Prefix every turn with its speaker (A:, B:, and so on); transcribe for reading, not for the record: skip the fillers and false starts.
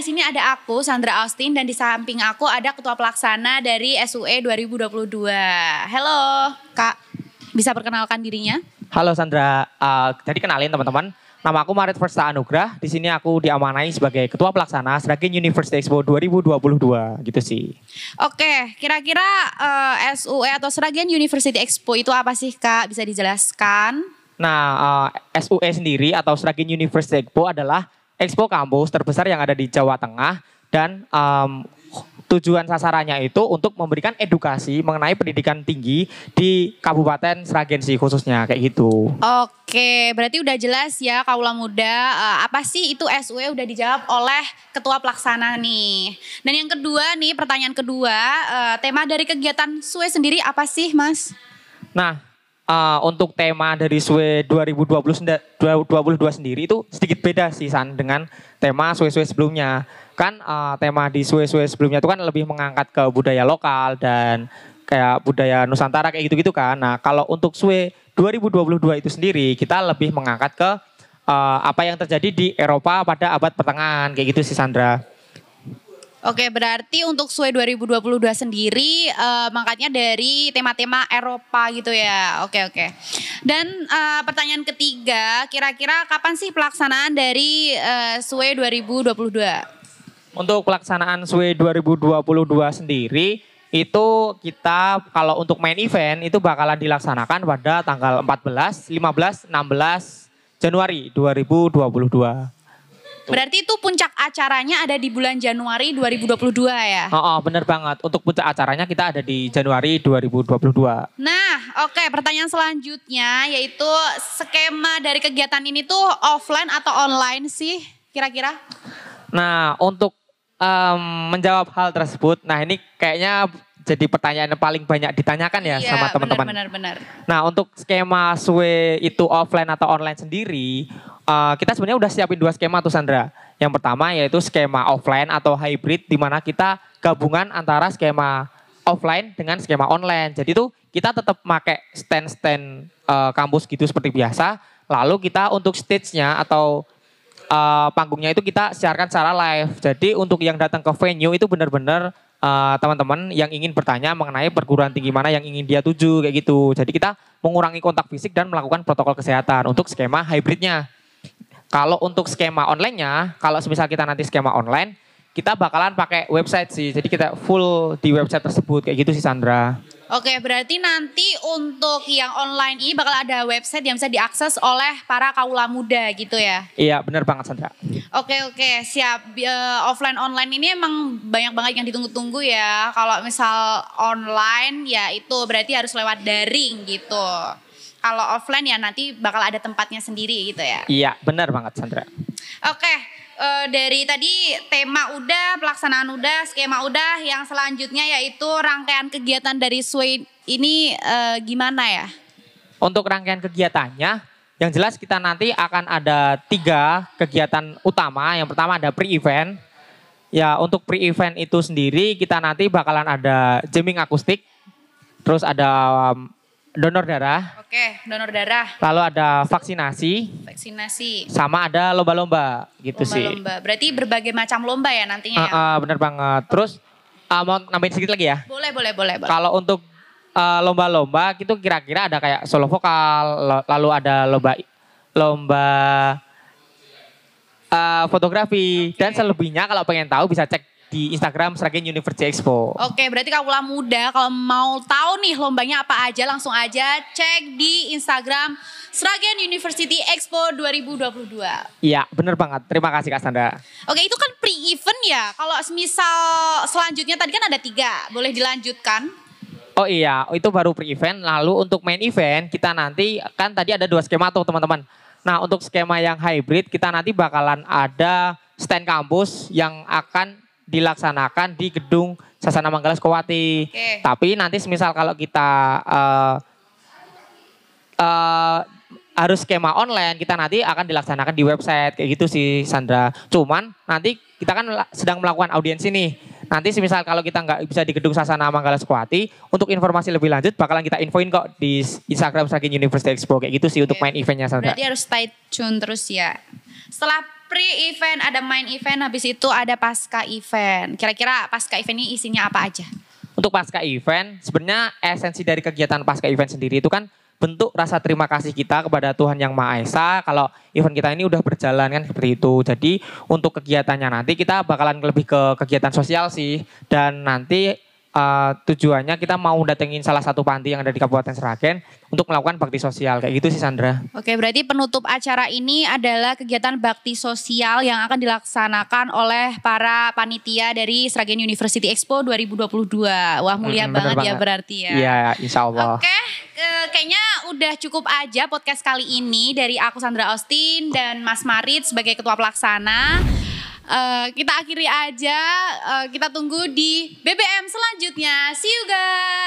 A: di sini ada aku Sandra Austin dan di samping aku ada Ketua Pelaksana dari SUE 2022. Halo, Kak. Bisa perkenalkan dirinya?
B: Halo Sandra, jadi kenalin teman-teman. Nama aku Marit Versta Anugrah. Di sini aku diamanai sebagai Ketua Pelaksana Sragen University Expo 2022, gitu sih.
A: Oke, kira-kira SUE atau Sragen University Expo itu apa sih, Kak? Bisa dijelaskan?
B: Nah, SUE sendiri atau Sragen University Expo adalah expo kampus terbesar yang ada di Jawa Tengah dan tujuan sasarannya itu untuk memberikan edukasi mengenai pendidikan tinggi di Kabupaten Sragen sih khususnya kayak gitu.
A: Oke, berarti udah jelas ya Kaula Muda, apa sih itu SUE udah dijawab oleh Ketua Pelaksana nih. Dan yang kedua nih, pertanyaan kedua, tema dari kegiatan SUE sendiri apa sih, Mas?
B: Nah, untuk tema dari SUE 2022 sendiri itu sedikit beda sih San dengan tema SUE-SUE sebelumnya. Kan tema di SUE-SUE sebelumnya itu kan lebih mengangkat ke budaya lokal dan kayak budaya Nusantara kayak gitu-gitu kan. Nah, kalau untuk SUE 2022 itu sendiri kita lebih mengangkat ke apa yang terjadi di Eropa pada abad pertengahan kayak gitu sih Sandra.
A: Oke, berarti untuk SUE 2022 sendiri mangkatnya dari tema-tema Eropa gitu ya. Oke. Dan pertanyaan ketiga, kira-kira kapan sih pelaksanaan dari SUE 2022?
B: Untuk pelaksanaan SUE 2022 sendiri itu kita kalau untuk main event itu bakalan dilaksanakan pada tanggal 14, 15, 16 Januari 2022.
A: Berarti itu puncak acaranya ada di bulan Januari 2022 ya?
B: Oh, bener banget. Untuk puncak acaranya kita ada di Januari 2022.
A: Nah, oke, pertanyaan selanjutnya yaitu skema dari kegiatan ini tuh offline atau online sih kira-kira?
B: Nah, untuk menjawab hal tersebut, nah ini kayaknya jadi pertanyaan yang paling banyak ditanyakan ya sama teman-teman.
A: Benar.
B: Nah, untuk skema SUE itu offline atau online sendiri, kita sebenarnya udah siapin 2 skema tuh Sandra. Yang pertama yaitu skema offline atau hybrid di mana kita gabungan antara skema offline dengan skema online. Jadi tuh kita tetap pakai stand-stand kampus gitu seperti biasa. Lalu kita untuk stage-nya atau panggungnya itu kita siarkan secara live. Jadi untuk yang datang ke venue itu benar-benar teman-teman yang ingin bertanya mengenai perguruan tinggi mana yang ingin dia tuju kayak gitu. Jadi kita mengurangi kontak fisik dan melakukan protokol kesehatan untuk skema hybridnya. Kalau untuk skema online-nya, kalau semisal kita nanti skema online, kita bakalan pakai website sih. Jadi kita full di website tersebut kayak gitu sih Sandra.
A: Oke, berarti nanti untuk yang online ini bakal ada website yang bisa diakses oleh para kaula muda gitu ya?
B: Iya, benar banget Sandra.
A: Oke, siap. Offline online ini emang banyak banget yang ditunggu-tunggu ya. Kalau misal online ya itu berarti harus lewat daring gitu. Kalau offline ya nanti bakal ada tempatnya sendiri gitu ya?
B: Iya, benar banget Sandra.
A: Oke. Dari tadi tema udah, pelaksanaan udah, skema udah, yang selanjutnya yaitu rangkaian kegiatan dari SUE ini gimana ya?
B: Untuk rangkaian kegiatannya, yang jelas kita nanti akan ada 3 kegiatan utama. Yang pertama ada pre-event. Ya untuk pre-event itu sendiri kita nanti bakalan ada jamming akustik, terus ada donor darah.
A: Oke, donor darah.
B: Lalu ada vaksinasi. Sama ada lomba-lomba gitu sih.
A: Lomba-lomba. Berarti berbagai macam lomba ya nantinya ya?
B: Bener banget. Terus mau nambahin sedikit lagi ya?
A: Boleh.
B: Kalau untuk lomba-lomba itu kira-kira ada kayak solo vokal, lalu ada lomba fotografi. Dan selebihnya kalau pengen tahu bisa cek di Instagram Sragen University Expo.
A: Oke, berarti kaula muda kalau mau tahu nih lombanya apa aja langsung aja cek di Instagram Sragen University Expo 2022.
B: Iya, bener banget. Terima kasih Kak Sandra.
A: Oke, itu kan pre-event ya. Kalau misal selanjutnya tadi kan ada 3, boleh dilanjutkan?
B: Oh iya, itu baru pre-event. Lalu untuk main event kita nanti kan tadi ada 2 skema tuh teman-teman. Nah untuk skema yang hybrid kita nanti bakalan ada stand kampus yang akan dilaksanakan di gedung Sasana Manggala Sukowati. Tapi nanti semisal kalau kita harus skema online, kita nanti akan dilaksanakan di website kayak gitu sih Sandra. Cuman nanti kita kan sedang melakukan audiensi nih. Nanti semisal kalau kita nggak bisa di gedung Sasana Manggala Sukowati, untuk informasi lebih lanjut bakalan kita infoin kok di Instagram Sragen University Expo kayak gitu sih untuk main eventnya Sandra.
A: Berarti harus stay tune terus ya. Setelah pre-event, ada main event, habis itu ada pasca event. Kira-kira pasca event ini isinya apa aja?
B: Untuk pasca event, sebenarnya esensi dari kegiatan pasca event sendiri itu kan bentuk rasa terima kasih kita kepada Tuhan Yang Maha Esa kalau event kita ini udah berjalan kan seperti itu. Jadi untuk kegiatannya nanti kita bakalan lebih ke kegiatan sosial sih. Dan nanti tujuannya kita mau datengin salah satu panti yang ada di Kabupaten Sragen untuk melakukan bakti sosial. Kayak gitu sih Sandra.
A: Oke, berarti penutup acara ini adalah kegiatan bakti sosial yang akan dilaksanakan oleh para panitia dari Sragen University Expo 2022. Wah, mulia banget ya berarti ya.
B: Iya, insya Allah.
A: Oke, kayaknya udah cukup aja podcast kali ini dari aku Sandra Austin dan Mas Marit sebagai ketua pelaksana. Kita akhiri aja, kita tunggu di BBM selanjutnya. See you guys.